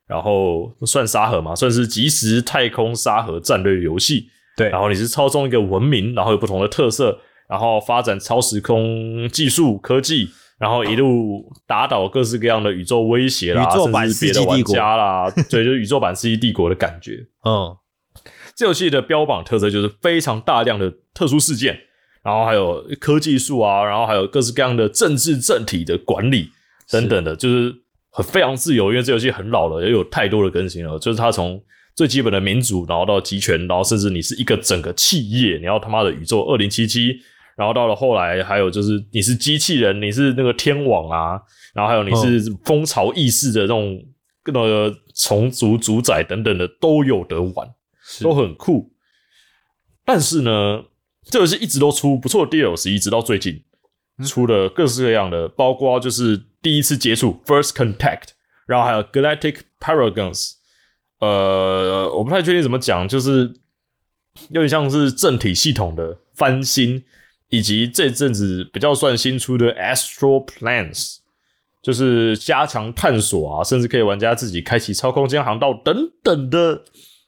然后算沙盒嘛，算是即时太空沙盒战略游戏。 对， 然后你是操纵一个文明，然后有不同的特色，然后发展超时空技术科技，然后一路打倒各式各样的宇宙威胁啦， 宇宙版甚至别的玩家啦，对，就是宇宙版世纪帝国的感觉。这游戏的标榜特色就是非常大量的特殊事件，然后还有科技树啊，然后还有各式各样的政治政体的管理等等的，就是非常自由，因为这游戏很老了，也有太多的更新了，就是它从最基本的民主，然后到集权，然后甚至你是一个整个企业，你要他妈的宇宙2077，然后到了后来还有就是你是机器人，你是那个天网啊，然后还有你是蜂巢意识的这种虫族主宰等等的都有得玩，都很酷。但是呢，这游戏一直都出不错的 DLC， 直到最近出了各式各样的，包括就是第一次接触 First Contact， 然后还有 Galactic Paragons， 我不太确定怎么讲，就是有点像是正体系统的翻新，以及这阵子比较算新出的 Astral Plans， 就是加强探索啊，甚至可以玩家自己开启超空间航道等等的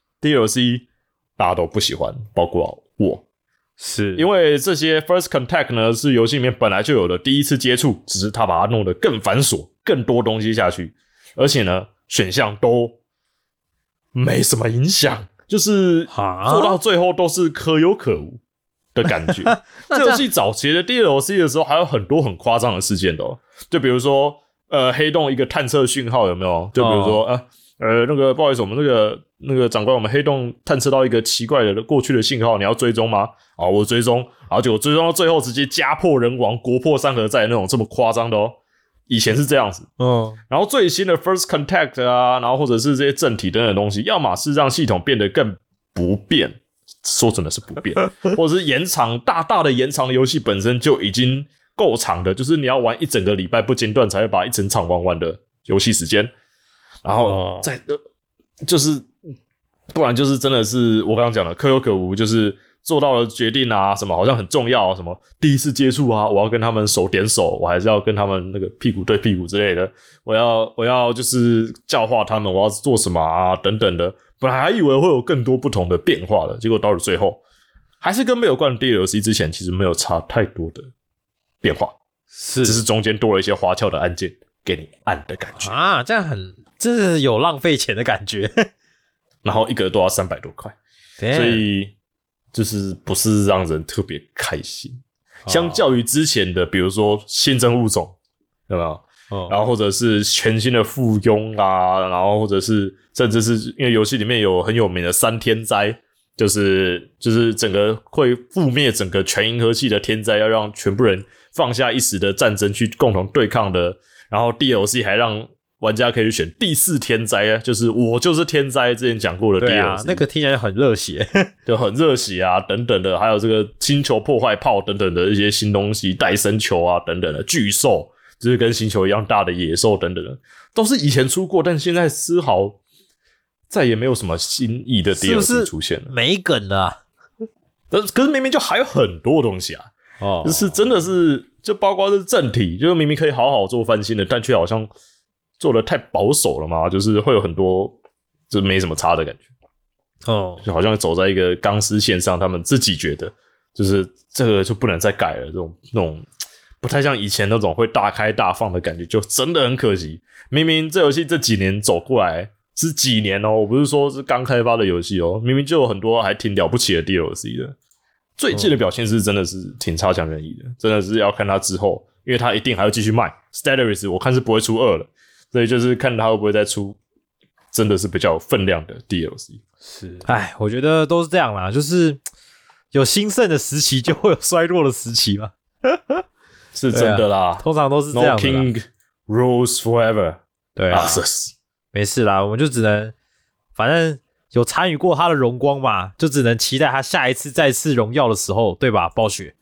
DLC， 大家都不喜欢，包括我。 是因为这些 First Contact 呢是游戏里面本来就有的第一次接触，只是他把它弄得更繁琐，更多东西下去，而且呢选项都没什么影响，就是做到最后都是可有可无的感觉。这游戏早期的 DLC 的时候还有很多很夸张的事件的就比如说黑洞一个探测讯号有没有？就比如说那个不好意思，我们那个长官，我们黑洞探测到一个奇怪的过去的信号，你要追踪吗？好，我追踪，然后结果追踪到最后直接家破人亡、国破山河在那种这么夸张的以前是这样子。然后最新的 First Contact 啊，然后或者是这些正体等等的东西，要么是让系统变得更不变，说真的是不变，或者是延长大的延长的游戏本身就已经够长的，就是你要玩一整个礼拜不间断才会把一整场玩完的游戏时间。然后就是不然就是真的是我刚刚讲的可有可无，就是做到了决定啊，什么好像很重要，什么第一次接触啊，我要跟他们手点手，我还是要跟他们那个屁股对屁股之类的，我要就是教化他们，我要做什么啊等等的。本来还以为会有更多不同的变化的，结果到了最后还是跟没有冠 DLC 之前其实没有差太多的变化，只是中间多了一些花俏的按键给你按的感觉啊，这样真是有浪费钱的感觉。 然后一个都要300多块，所以就是不是让人特别开心。相较于之前的，比如说新增物种，有没有？然后或者是全新的附庸啊，然后或者是甚至是因为游戏里面有很有名的3天灾，就是整个会覆灭整个全银河系的天灾，要让全部人放下一时的战争去共同对抗的。然后 DLC 还让玩家可以选第4天灾，就是我就是天灾之前讲过的 DLC， 对啊，那个听起来很热血， 就很热血啊等等的，还有这个星球破坏炮等等的一些新东西，戴森球啊等等的巨兽，就是跟星球一样大的野兽等等的，都是以前出过，但现在丝毫再也没有什么新意的 DLC 出现了， 是不是没梗了啊？ 可是明明就还有很多东西啊，就是真的是就包括是正体，就是明明可以好好做翻新的，但却好像做的太保守了嘛，就是会有很多就没什么差的感觉。就好像走在一个钢丝线上，他们自己觉得就是这个就不能再改了，那种不太像以前那种会大开大放的感觉，就真的很可惜。明明这游戏这几年走过来是几年我不是说是刚开发的游戏明明就有很多还挺了不起的 DLC 的。最近的表现是真的是挺差强人意的，真的是要看他之后，因为他一定还要继续卖 Stellaris， 我看是不会出2了，所以就是看他会不会再出真的是比较有分量的 DLC。 是，我觉得都是这样啦，就是有兴盛的时期就会有衰落的时期嘛。 是真的啦， 通常都是这样的啦。 No king rules forever。 对啊，没事啦，我们就只能反正有参与过他的荣光嘛，就只能期待他下一次再次荣耀的时候，对吧，暴雪？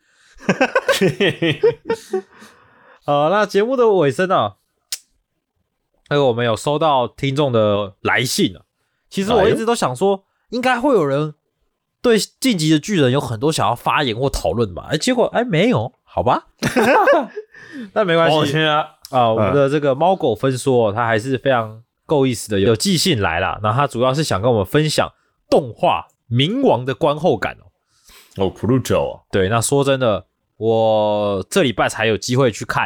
那节目的尾声啊，我们有收到听众的来信啊。其实我一直都想说，应该会有人对晋级的巨人有很多想要发言或讨论吧，结果没有，好吧。但没关系啊， 我们的这个猫狗分说，他还是非常够意思的有寄信来啦，那他主要是想跟我们分享动画冥王的观后感 Pluto 对，那说真的，我这礼拜才有机会去看，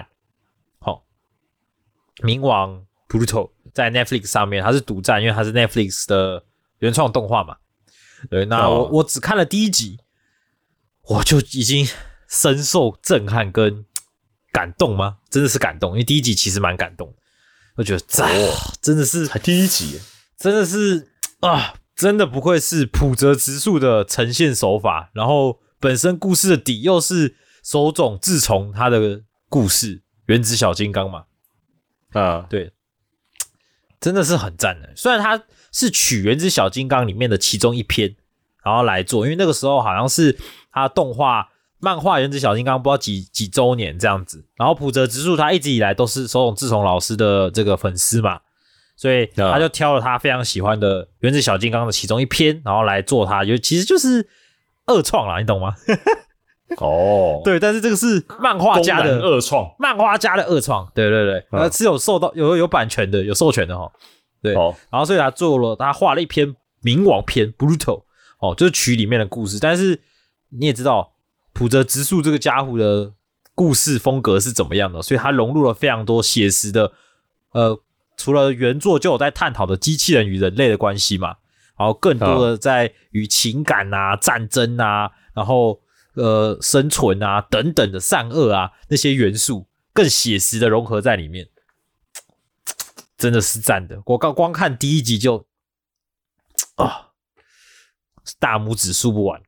冥王 Pluto 在 Netflix 上面，它是独占，因为它是 Netflix 的原创动画嘛。对，那我只看了第一集，我就已经深受震撼跟感动吗？真的是感动，因为第一集其实蛮感动的，我觉得真的是才第一集， 真的是真的不愧是浦泽直树的呈现手法，然后本身故事的底又是手冢治虫他的故事，原子小金刚嘛，对，真的是很赞的。虽然他是取原子小金刚里面的其中一篇，然后来做，因为那个时候好像是他动画漫画原子小金刚不知道几周年这样子，然后浦泽直树他一直以来都是手冢治虫老师的这个粉丝嘛，所以他就挑了他非常喜欢的原子小金刚的其中一篇，然后来做它，其实就是二创啦，你懂吗？对，但是这个是漫画家的二创， 漫画家的二创，对对对，是有受到有版权的，有授权的对，然后所以他画了一篇冥王篇 Brutal 就是曲里面的故事，但是你也知道浦泽直树这个家伙的故事风格是怎么样的，所以他融入了非常多写实的除了原作就有在探讨的机器人与人类的关系嘛，然后更多的在与情感啊、战争啊，然后生存啊等等的善恶啊那些元素更写实的融合在里面，真的是赞的。我光看第一集就大拇指数不完。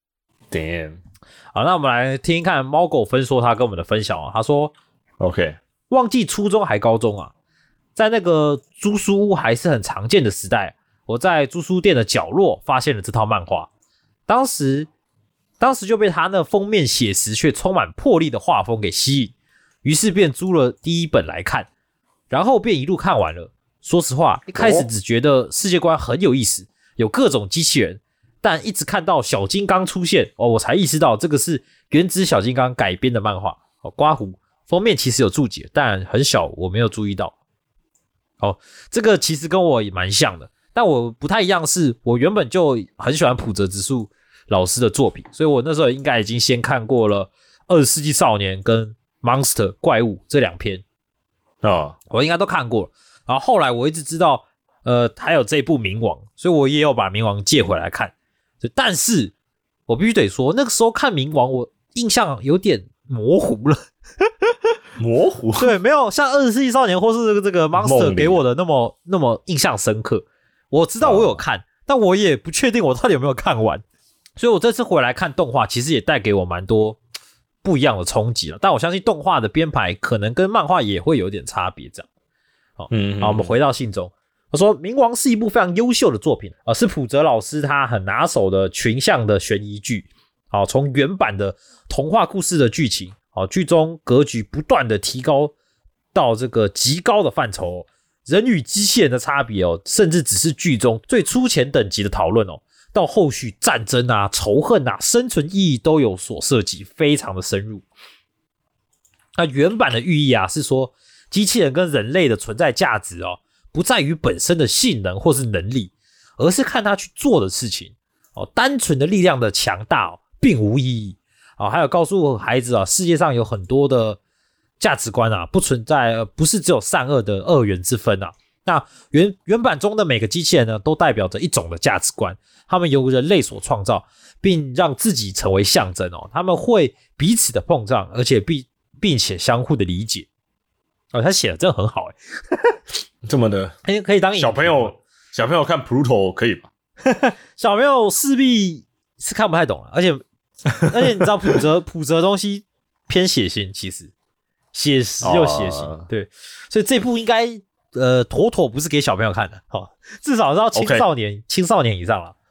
Damn。 好，那我们来听听看猫狗分说他跟我们的分享他说 OK， 忘记初中还高中在那个租书屋还是很常见的时代，我在租书店的角落发现了这套漫画，当时就被他那封面写实却充满魄力的画风给吸引，于是便租了第一本来看，然后便一路看完了。说实话，一开始只觉得世界观很有意思，有各种机器人，但一直看到小金刚出现我才意识到这个是原子小金刚改编的漫画刮胡封面其实有注解，但很小，我没有注意到。这个其实跟我也蛮像的，但我不太一样是我原本就很喜欢浦泽直树老师的作品，所以我那时候应该已经先看过了20世纪少年跟 Monster 怪物这两篇我应该都看过了。然后后来我一直知道还有这部冥王，所以我也有把冥王借回来看，但是我必须得说那个时候看冥王我印象有点模糊了模糊， 对，没有像20世纪少年或是这个 Monster 给我的那么印象深刻。我知道我有看但我也不确定我到底有没有看完，所以我这次回来看动画其实也带给我蛮多不一样的冲击了，但我相信动画的编排可能跟漫画也会有点差别这样。好，我们回到信中，他说冥王是一部非常优秀的作品是浦泽老师他很拿手的群像的悬疑剧从原版的童话故事的剧情剧中格局不断的提高到这个极高的范畴人与机器人的差别甚至只是剧中最粗浅等级的讨论到后续战争啊、仇恨啊、生存意义都有所涉及，非常的深入。那原版的寓意是说机器人跟人类的存在价值不在于本身的性能或是能力，而是看他去做的事情单纯的力量的强大并无意义还有告诉孩子世界上有很多的价值观不存在不是只有善恶的二元之分那原版中的每个机器人呢都代表着一种的价值观，他们由人类所创造并让自己成为象征他们会彼此的碰撞，而且并且相互的理解他写的真的很好这么的可以当小朋友看 Pluto 可以吧小朋友势必是看不太懂而且你知道浦泽的东西偏血腥，其实写实又血腥对，所以这部应该妥妥不是给小朋友看的至少是要青少年以上了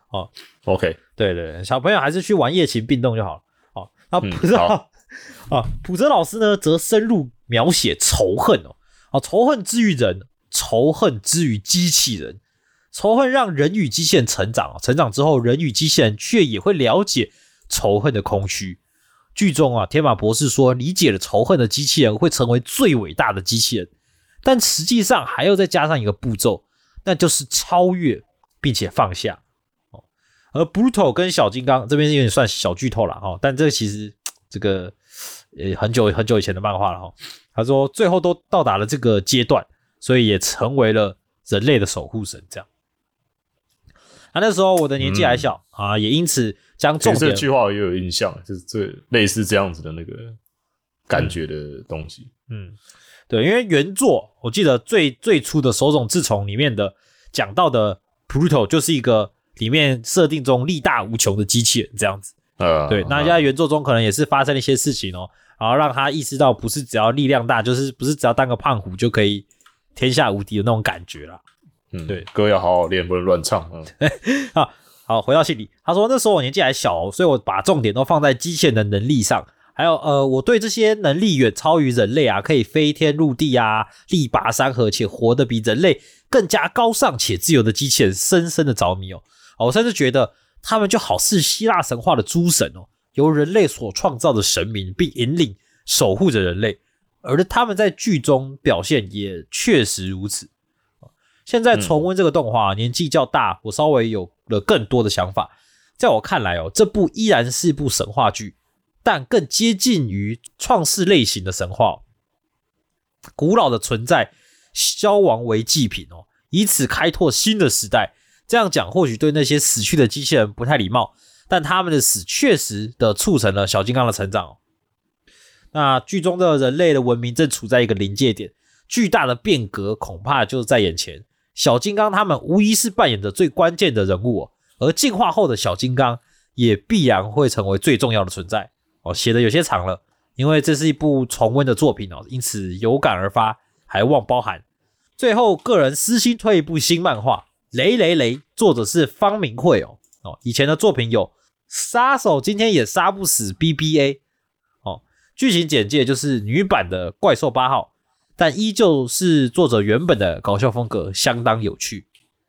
OK 对对，小朋友还是去玩夜勤并动就好了那浦泽老师呢则深入描写仇恨仇恨之于人，仇恨之于机器人，仇恨让人与机器人成长之后人与机器人却也会了解仇恨的空虚。剧中天马博士说理解了仇恨的机器人会成为最伟大的机器人，但实际上还要再加上一个步骤， 那就是超越并且放下。而 Bruto 跟小金刚这边有点算小剧透了但这个其实这个很久很久以前的漫画了他说最后都到达了这个阶段，所以也成为了人类的守护神这样。那时候我的年纪还小也因此将重点， 这句话也有印象，就是这类似这样子的那个感觉的东西。 对，因为原作我记得最初的手冢治虫里面的讲到的 Pluto 就是一个里面设定中力大无穷的机器人这样子。对，那在原作中可能也是发生了一些事情然后让他意识到不是只要力量大，就是不是只要当个胖虎就可以天下无敌的那种感觉啦。对， 歌要好好练，不能乱唱。 好，回到信里，他说那时候我年纪还小所以我把重点都放在机器人的能力上，还有我对这些能力远超于人类可以飞天入地力拔山河且活得比人类更加高尚且自由的机器人深深的着迷我甚至觉得他们就好似希腊神话的诸神由人类所创造的神明，并引领守护着人类，而他们在剧中表现也确实如此。现在重温这个动画年纪较大，我稍微有了更多的想法。在我看来这部依然是部神话剧，但更接近于创世类型的神话古老的存在消亡为祭品以此开拓新的时代。这样讲或许对那些死去的机器人不太礼貌，但他们的死确实的促成了小金刚的成长那剧中的人类的文明正处在一个临界点，巨大的变革恐怕就在眼前。小金刚他们无疑是扮演着最关键的人物而进化后的小金刚也必然会成为最重要的存在写的有些长了，因为这是一部重温的作品因此有感而发，还望包涵。最后个人私心推一部新漫画雷雷雷，作者是方明慧以前的作品有杀手今天也杀不死 BBA 剧情简介就是女版的怪兽8号，但依旧是作者原本的搞笑风格，相当有趣。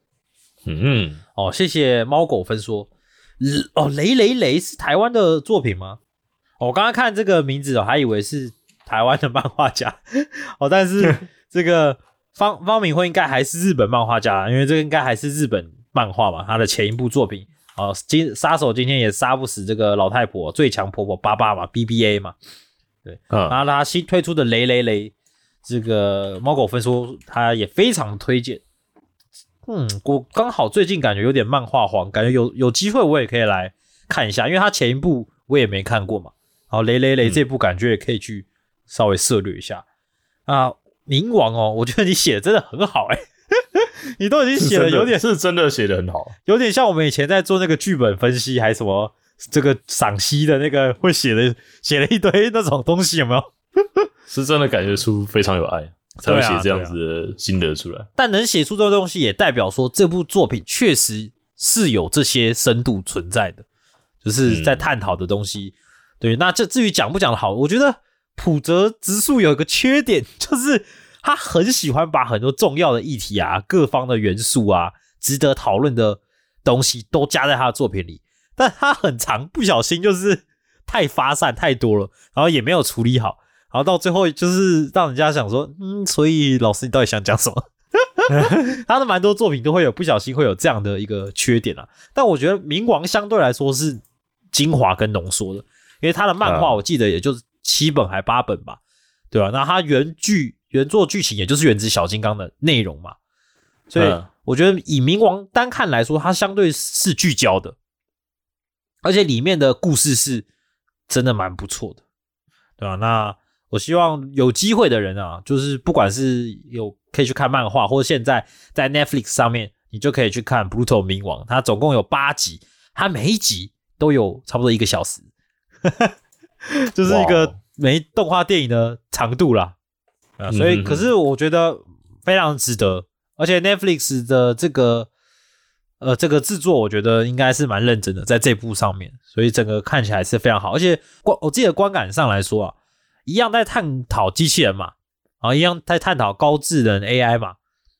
谢谢猫狗分说。雷雷雷是台湾的作品吗？我刚刚看这个名字还以为是台湾的漫画家但是这个方明慧应该还是日本漫画家因为这个应该还是日本漫画嘛，他的前一部作品杀手今天也杀不死这个老太婆最强婆婆爸爸嘛 BBA 嘛。对，然后他新推出的雷雷雷，这个猫狗分说他也非常推荐。我刚好最近感觉有点漫画荒，感觉有机会我也可以来看一下，因为他前一部我也没看过嘛。然后雷雷雷这部感觉也可以去稍微涉略一下。冥王我觉得你写的真的很好你都已经写的有点是真的写的很好， 有点像我们以前在做那个剧本分析还是什么这个赏析的那个会写了一堆那种东西，有没有？ 是真的感觉出非常有爱才会写这样子的心得出来。 但能写出这个东西也代表说这部作品确实是有这些深度存在的，就是在探讨的东西。对，那这至于讲不讲的好，我觉得浦泽直树有一个缺点，就是他很喜欢把很多重要的议题各方的元素值得讨论的东西都加在他的作品里，但他很常不小心就是太发散太多了，然后也没有处理好，然后到最后就是让人家想说所以老师你到底想讲什么他的蛮多作品都会有不小心会有这样的一个缺点但我觉得冥王相对来说是精华跟浓缩的，因为他的漫画我记得也就是7本还8本吧，对吧？那他原作剧情也就是源自小金刚的内容嘛，所以我觉得以冥王单看来说，它相对是聚焦的，而且里面的故事是真的蛮不错的，对吧？那我希望有机会的人就是不管是可以去看漫画，或者现在在 Netflix 上面，你就可以去看 Pluto 冥王，它总共有8集，它每一集都有差不多1个小时，就是一个每动画电影的长度啦。所以可是我觉得非常值得，而且 Netflix 的这个制作我觉得应该是蛮认真的在这部上面，所以整个看起来是非常好，而且我自己的观感上来说一样在探讨机器人嘛，一样在探讨高智能 AI 嘛，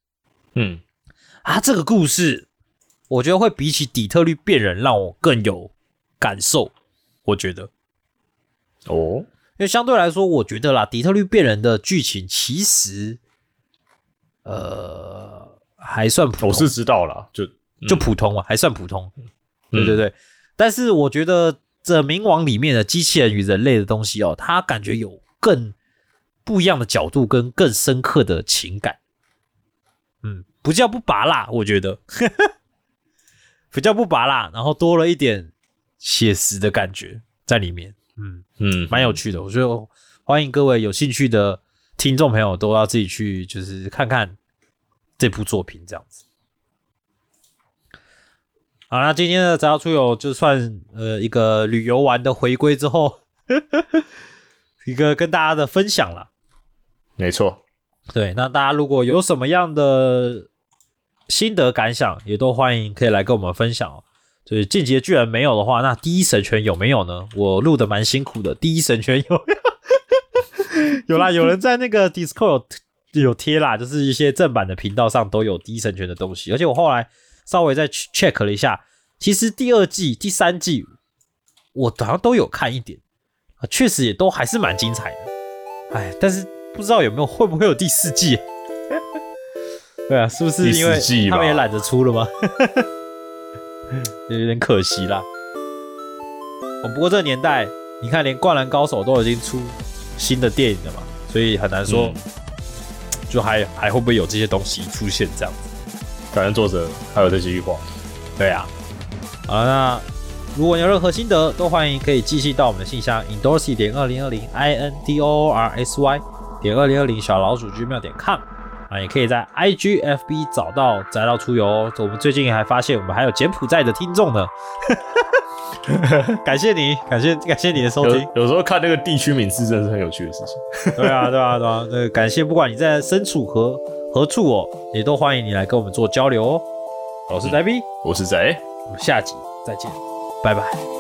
这个故事我觉得会比起底特律变人让我更有感受，我觉得因为相对来说我觉得啦，底特律变人的剧情其实还算普通， 我是知道啦， 就普通嘛，还算普通。对对对，但是我觉得这冥王里面的机器人与人类的东西哦，它感觉有更不一样的角度跟更深刻的情感。不叫不拔辣，我觉得不叫不拔辣，然后多了一点写实的感觉在里面。蛮有趣的，我觉得欢迎各位有兴趣的听众朋友都要自己去就是看看这部作品这样子。好，那今天的杂交出游就算一个旅游玩的回归之后一个跟大家的分享啦。 没错， 对，那大家如果有什么样的心得感想，也都欢迎可以来跟我们分享哦。就是进击的巨人没有的话，那第一神拳有没有呢？我录的蛮辛苦的，第一神拳有没有？有啦，有人在那个 Discord 有贴啦，就是一些正版的频道上都有第一神拳的东西，而且我后来稍微再 check 了一下，其实第2季、第3季我好像都有看一点，确实也都还是蛮精彩的。但是不知道会不会有第4季？对啊，是不是因为他们也懒得出了吗？有点可惜啦。不过这个年代，你看连《灌篮高手》都已经出新的电影了嘛，所以很难说，就还会不会有这些东西出现这样子？ 感觉作者还有在继续画。 对啊。好了，那如果你有任何心得，都欢迎可以寄信到我们的信箱 indorsy.2020 indorsy.2020@gmail.com。也可以在 IG、FB 找到宅到出游哦。我们最近还发现我们还有柬埔寨的听众呢，感谢你，感谢你的收听。 有时候看那个地区名字真的是很有趣的事情。 对啊，感谢，不管你在身处何处哦，也都欢迎你来跟我们做交流哦。我是宅 B， 我是宅， 我们下集再见，拜拜。